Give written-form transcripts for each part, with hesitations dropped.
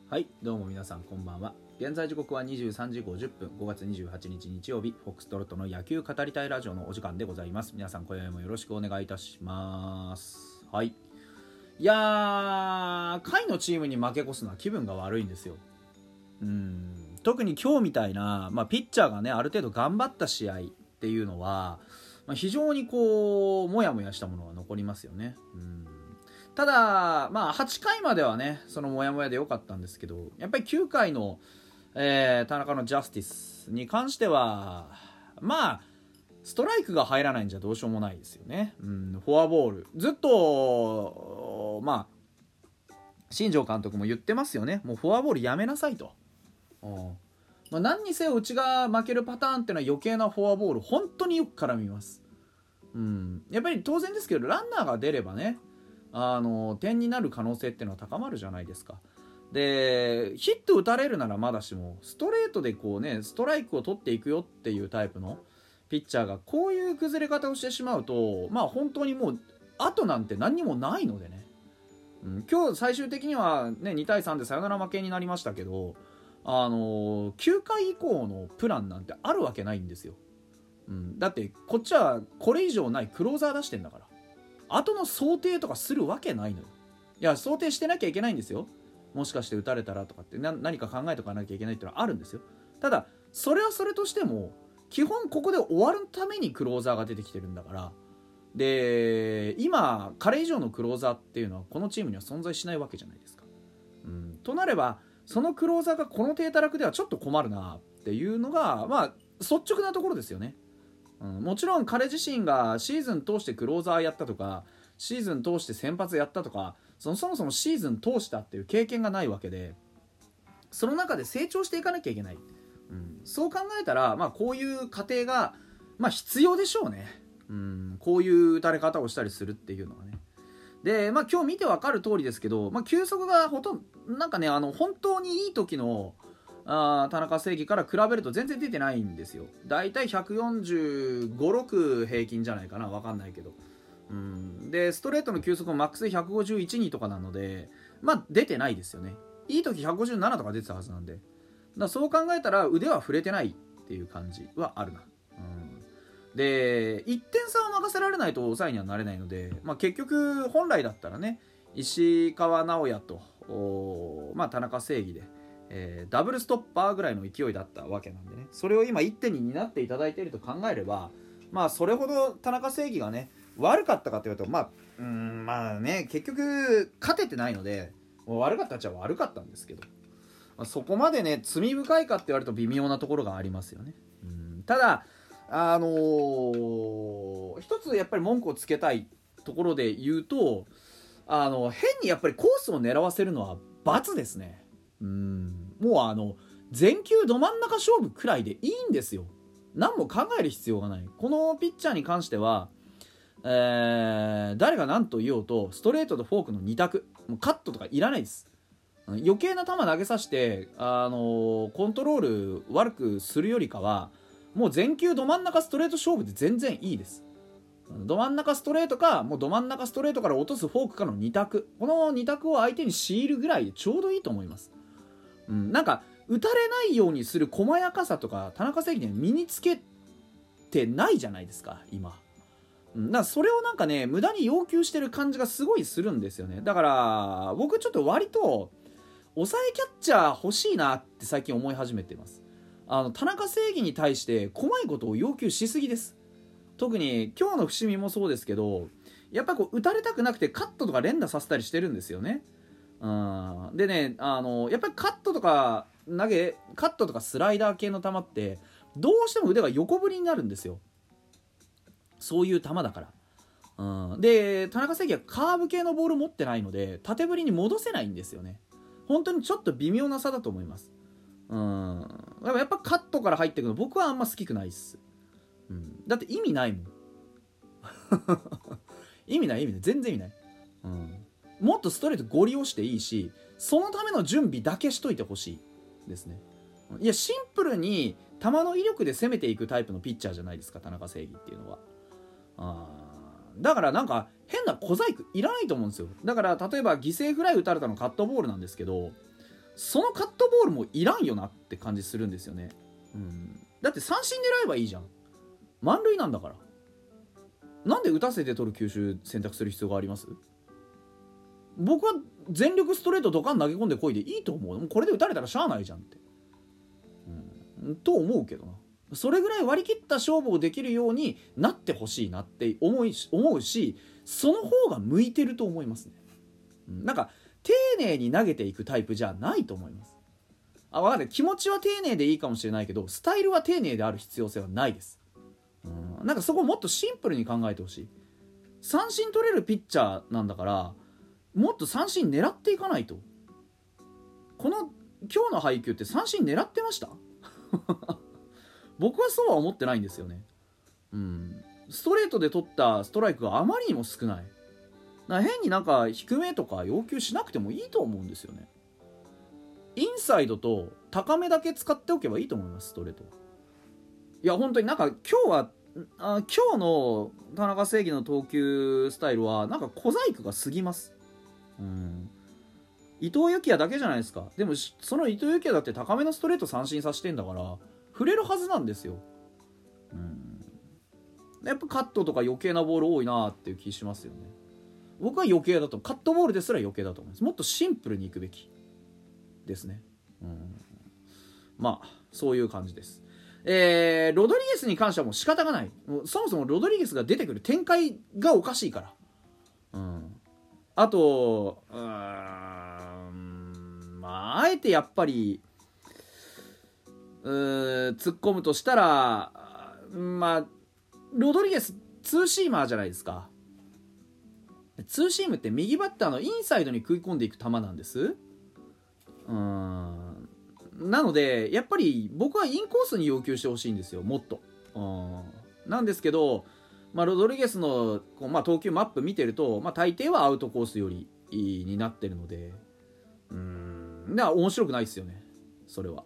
はい、どうも皆さんこんばんは。現在時刻は23時50分、5月28日日曜日、フォックストロットの野球語りたいラジオのお時間でございます。皆さん今宵もよろしくお願いいたします。はい。いやー、下位のチームに負け越すのは気分が悪いんですよ。特に今日みたいな、ピッチャーがね、ある程度頑張った試合っていうのは、非常にこう、もやもやしたものが残りますよね。ただ、8回まではね、そのモヤモヤで良かったんですけど、やっぱり9回の、田中のジャスティスに関しては、ストライクが入らないんじゃどうしようもないですよね。フォアボール。ずっと、新庄監督も言ってますよね。もうフォアボールやめなさいと。何にせようちが負けるパターンっていうのは余計なフォアボール、本当によく絡みます。やっぱり当然ですけど、ランナーが出ればね、点になる可能性っていうのは高まるじゃないですか。でヒット打たれるならまだしもストレートでこうねストライクを取っていくよっていうタイプのピッチャーがこういう崩れ方をしてしまうと本当にもう後なんて何にもないのでね、今日最終的にはね2対3でサヨナラ負けになりましたけど9回以降のプランなんてあるわけないんですよ、だってこっちはこれ以上ないクローザー出してんだから後の想定とかするわけないのよ。いや想定してなきゃいけないんですよ。もしかして打たれたらとかって何か考えとかなきゃいけないっていうのはあるんですよ。ただそれはそれとしても基本ここで終わるためにクローザーが出てきてるんだから。で今彼以上のクローザーっていうのはこのチームには存在しないわけじゃないですか。となればそのクローザーがこの低たらくではちょっと困るなっていうのが率直なところですよね。もちろん彼自身がシーズン通してクローザーやったとかシーズン通して先発やったとかそもそもシーズン通したっていう経験がないわけでその中で成長していかなきゃいけない、そう考えたらこういう過程が必要でしょうね、こういう打たれ方をしたりするっていうのはね。で今日見てわかる通りですけど、球速がほとんど本当にいい時の田中正義から比べると全然出てないんですよ。だいたい145、6平均じゃないかな、分かんないけど。でストレートの球速もマックスで151、2とかなので出てないですよね。いい時157とか出てたはずなんで、そう考えたら腕は触れてないっていう感じはあるな。で1点差を任せられないと抑えにはなれないので、結局本来だったらね石川直也と田中正義でダブルストッパーぐらいの勢いだったわけなんでね、それを今1点に担っていただいていると考えればそれほど田中正義がね悪かったかというと結局勝ててないので悪かったっちゃ悪かったんですけど、そこまでね罪深いかって言われると微妙なところがありますよね。ただ一つやっぱり文句をつけたいところで言うと変にやっぱりコースを狙わせるのは罰ですね。もう全球ど真ん中勝負くらいでいいんですよ。何も考える必要がない。このピッチャーに関しては、誰が何と言おうとストレートとフォークの2択、もうカットとかいらないです。余計な球投げさせてコントロール悪くするよりかはもう全球ど真ん中ストレート勝負で全然いいです。ど真ん中ストレートかもうど真ん中ストレートから落とすフォークかの2択、この2択を相手に強いるぐらいでちょうどいいと思います。なんか打たれないようにする細やかさとか田中正義には身につけてないじゃないですか今。それを無駄に要求してる感じがすごいするんですよね。だから僕ちょっと割と抑えキャッチャー欲しいなって最近思い始めています。田中正義に対して細いことを要求しすぎです。特に今日の伏見もそうですけどやっぱり打たれたくなくてカットとか連打させたりしてるんですよね。でねやっぱりカットとかスライダー系の球ってどうしても腕が横振りになるんですよ。そういう球だから。で田中正義はカーブ系のボール持ってないので縦振りに戻せないんですよね。本当にちょっと微妙な差だと思います。でもやっぱカットから入っていくの僕はあんま好きくないっす。だって意味ないもん意味ない全然意味ない。もっとストレートゴリ押していいしそのための準備だけしといてほしいですね。いやシンプルに球の威力で攻めていくタイプのピッチャーじゃないですか田中正義っていうのは。だから変な小細工いらないと思うんですよ。だから例えば犠牲フライ打たれたのカットボールなんですけどそのカットボールもいらんよなって感じするんですよね。だって三振狙えばいいじゃん。満塁なんだから。なんで打たせて取る球種選択する必要があります？僕は全力ストレートドカン投げ込んでこいでいいと思う。もうこれで打たれたらしゃあないじゃんって、と思うけどな。それぐらい割り切った勝負をできるようになってほしいなって思うし、その方が向いてると思いますね。なんか丁寧に投げていくタイプじゃないと思います。分かる。気持ちは丁寧でいいかもしれないけど、スタイルは丁寧である必要性はないです。なんかそこをもっとシンプルに考えてほしい。三振取れるピッチャーなんだから、もっと三振狙っていかないと。今日の配球って三振狙ってました？僕はそうは思ってないんですよね。ストレートで取ったストライクがあまりにも少ない。変になんか低めとか要求しなくてもいいと思うんですよね。インサイドと高めだけ使っておけばいいと思います、ストレート。いや本当になんか今日の田中正義の投球スタイルはなんか小細工が過ぎます。伊藤幸也だけじゃないですか。でもその伊藤幸也だって高めのストレート三振させてんだから振れるはずなんですよ。やっぱカットとか余計なボール多いなっていう気しますよね。僕は余計だと、カットボールですら余計だと思います。もっとシンプルにいくべきですね。まあそういう感じです。ロドリゲスに関してはもう仕方がない。もうそもそもロドリゲスが出てくる展開がおかしいから。あとまああえてやっぱり突っ込むとしたら、まあロドリゲスツーシーマーじゃないですか。ツーシームって右バッターのインサイドに食い込んでいく球なんです。なのでやっぱり僕はインコースに要求してほしいんですよ、もっと。なんですけど、ロドリゲスの投球マップ見てると、大抵はアウトコース寄りになってるので、だから面白くないですよね、それは。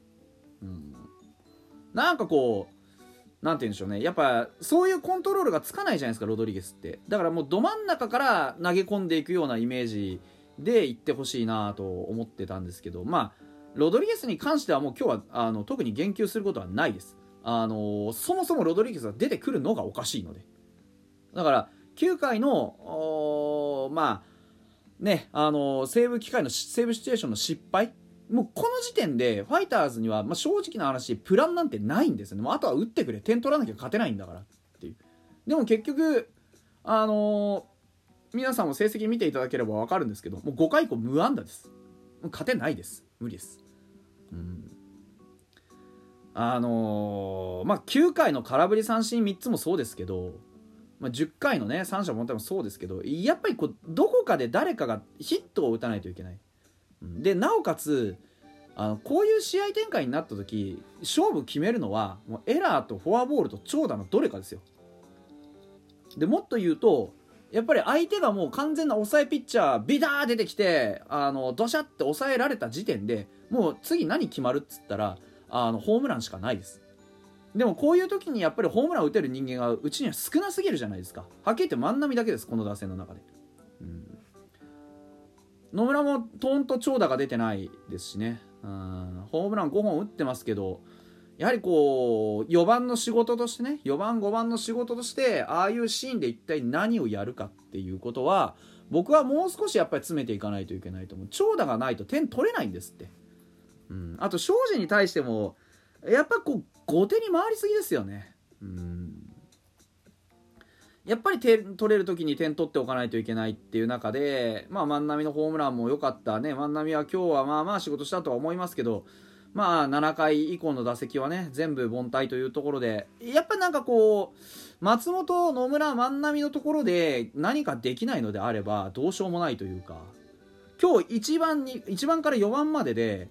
なんかこうなんて言うんでしょうね、やっぱそういうコントロールがつかないじゃないですか、ロドリゲスって。だからもうど真ん中から投げ込んでいくようなイメージでいってほしいなと思ってたんですけど、ロドリゲスに関してはもう今日は特に言及することはないです。そもそもロドリゲスが出てくるのがおかしいので。だから9回のセーブシチュエーションの失敗、もうこの時点でファイターズには、正直な話プランなんてないんですよね。もうあとは打ってくれ、点取らなきゃ勝てないんだからっていう。でも結局皆さんも成績見ていただければ分かるんですけど、もう5回以降無安打です。もう勝てないです、無理です。9回の空振り三振3つもそうですけど、10回のね三者凡退もそうですけど、やっぱりどこかで誰かがヒットを打たないといけない。でなおかつこういう試合展開になった時、勝負決めるのはもうエラーとフォアボールと長打のどれかですよ。でもっと言うと、やっぱり相手がもう完全な抑えピッチャービター出てきてドシャって抑えられた時点で、もう次何決まるっつったらホームランしかないです。でもこういう時にやっぱりホームランを打てる人間がうちには少なすぎるじゃないですか。はっきり言って万波だけです、この打線の中で。野村もトーンと長打が出てないですしね。ホームラン5本打ってますけど、やはりこう4番の仕事としてね、4番5番の仕事としてああいうシーンで一体何をやるかっていうことは、僕はもう少しやっぱり詰めていかないといけないと思う。長打がないと点取れないんですって。あと庄司に対してもやっぱ後手に回りすぎですよね。やっぱり点取れる時に点取っておかないといけないっていう中で、万波のホームランも良かったね。万波は今日は仕事したとは思いますけど、7回以降の打席はね全部凡退というところで、やっぱりなんか松本、野村、万波のところで何かできないのであればどうしようもないというか、今日1番から4番までで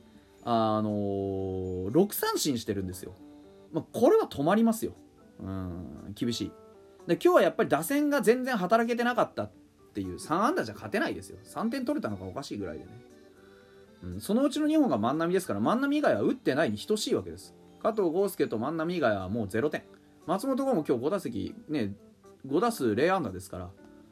6三振してるんですよ。これは止まりますよ。厳しい。で今日はやっぱり打線が全然働けてなかったっていう、3安打じゃ勝てないですよ。3点取れたのがおかしいぐらいでね。そのうちの2本が万波ですから、万波以外は打ってないに等しいわけです。加藤豪介と万波以外はもう0点。松本剛も今日5打席ね、5打数0安打ですから、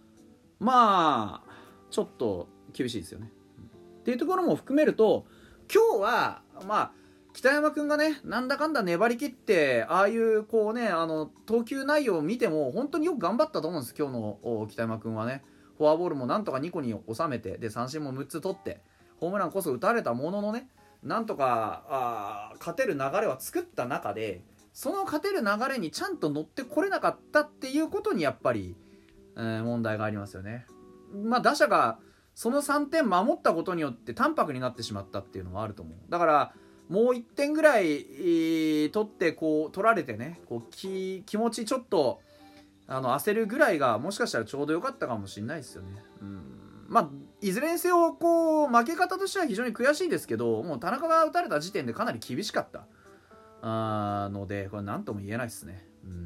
ちょっと厳しいですよね。っていうところも含めると、 今日は北山君がねなんだかんだ粘り切ってああいうこうね投球内容を見ても本当によく頑張ったと思うんです。今日の北山君はねフォアボールもなんとか2個に収めて、で三振も6つ取ってホームランこそ打たれたもののね、なんとか勝てる流れは作った中で、その勝てる流れにちゃんと乗ってこれなかったっていうことにやっぱり、問題がありますよね。打者がその3点守ったことによって淡白になってしまったっていうのはあると思う。だからもう1点ぐらい取ってこう取られてね、こう気持ちちょっと焦るぐらいがもしかしたらちょうど良かったかもしれないですよね。いずれにせよこう負け方としては非常に悔しいですけど、もう田中が打たれた時点でかなり厳しかったので、これ何とも言えないですね。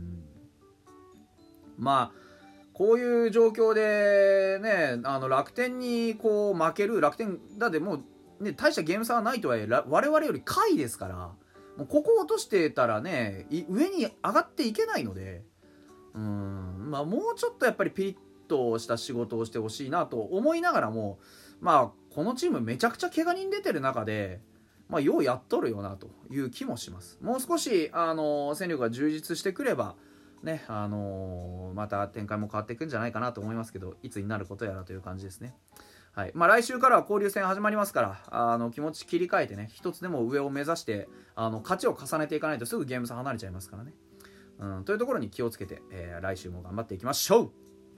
こういう状況でね楽天にこう負ける、楽天だってもう、ね、大したゲーム差はないとはいえ我々より下位ですから、もうここを落としてたらね上に上がっていけないので、もうちょっとやっぱりピリッとした仕事をしてほしいなと思いながらも、このチームめちゃくちゃ怪我人出てる中で、ようやっとるよなという気もします。もう少し戦力が充実してくればね、また展開も変わっていくんじゃないかなと思いますけど、いつになることやらという感じですね。はい。来週からは交流戦始まりますから、気持ち切り替えてね、一つでも上を目指して勝ちを重ねていかないとすぐゲーム差離れちゃいますからね。というところに気をつけて、来週も頑張っていきましょう。